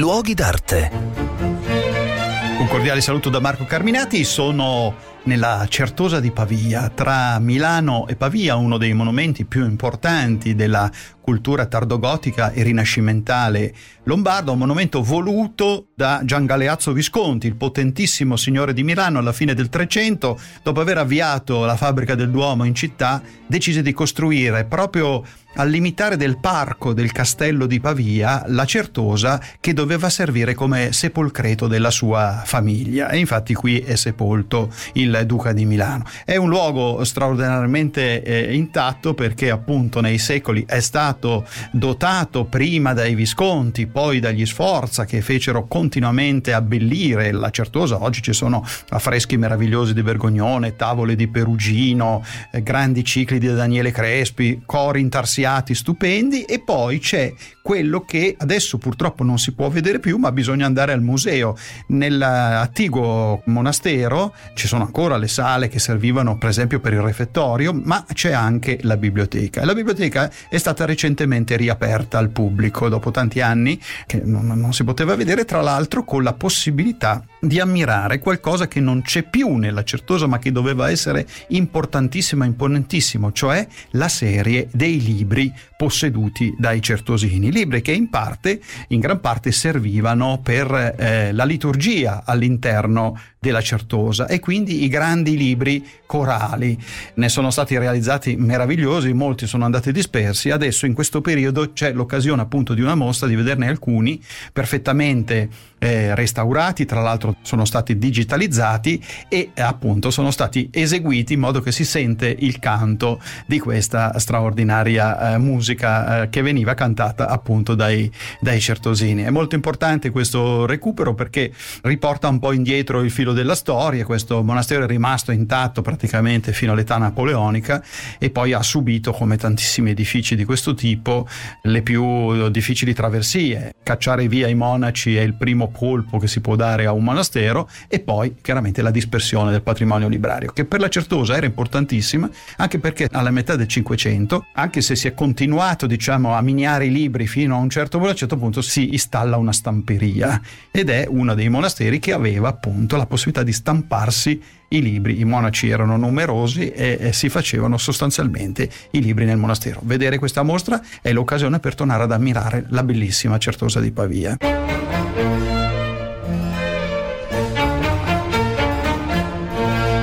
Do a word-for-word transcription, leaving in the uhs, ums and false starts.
luoghi d'arte. Un cordiale saluto da Marco Carminati. Sono nella Certosa di Pavia, tra Milano e Pavia, uno dei monumenti più importanti della cultura tardogotica e rinascimentale lombarda, un monumento voluto da Gian Galeazzo Visconti, il potentissimo signore di Milano. Alla fine del Trecento, dopo aver avviato la fabbrica del Duomo in città, decise di costruire proprio al limitare del parco del castello di Pavia la Certosa, che doveva servire come sepolcreto della sua famiglia, e infatti qui è sepolto il duca di Milano. È un luogo straordinariamente eh, intatto, perché appunto nei secoli è stato dotato prima dai Visconti, poi dagli Sforza, che fecero continuamente abbellire la Certosa. Oggi ci sono affreschi meravigliosi di Bergognone, tavole di Perugino, eh, grandi cicli di Daniele Crespi, cori intarsiati stupendi, e poi c'è quello che adesso purtroppo non si può vedere più, ma bisogna andare al museo. Nell'attiguo monastero ci sono ancora le sale che servivano per esempio per il refettorio, ma c'è anche la biblioteca. La biblioteca è stata recentemente riaperta al pubblico dopo tanti anni che non, non si poteva vedere, tra l'altro con la possibilità di ammirare qualcosa che non c'è più nella Certosa, ma che doveva essere importantissimo e imponentissimo, cioè la serie dei libri posseduti dai certosini, libri che in parte, in gran parte, servivano per eh, la liturgia all'interno della Certosa, e quindi i grandi libri corali. Ne sono stati realizzati meravigliosi, molti sono andati dispersi. Adesso in questo periodo c'è l'occasione appunto di una mostra, di vederne alcuni perfettamente eh, restaurati, tra l'altro sono stati digitalizzati e appunto sono stati eseguiti in modo che si sente il canto di questa straordinaria eh, musica eh, che veniva cantata appunto dai, dai certosini. È molto importante questo recupero, perché riporta un po' indietro il filo della storia. Questo monastero è rimasto intatto praticamente fino all'età napoleonica, e poi ha subito, come tantissimi edifici di questo tipo, le più difficili traversie. Cacciare via i monaci è il primo colpo che si può dare a un monastero, e poi chiaramente la dispersione del patrimonio librario, che per la Certosa era importantissima, anche perché alla metà del Cinquecento, anche se si è continuato diciamo a miniare i libri fino a un certo, a un certo punto si installa una stamperia, ed è uno dei monasteri che aveva appunto la possibilità di stamparsi i libri. I monaci erano numerosi e, e si facevano sostanzialmente i libri nel monastero. Vedere questa mostra è l'occasione per tornare ad ammirare la bellissima Certosa di Pavia.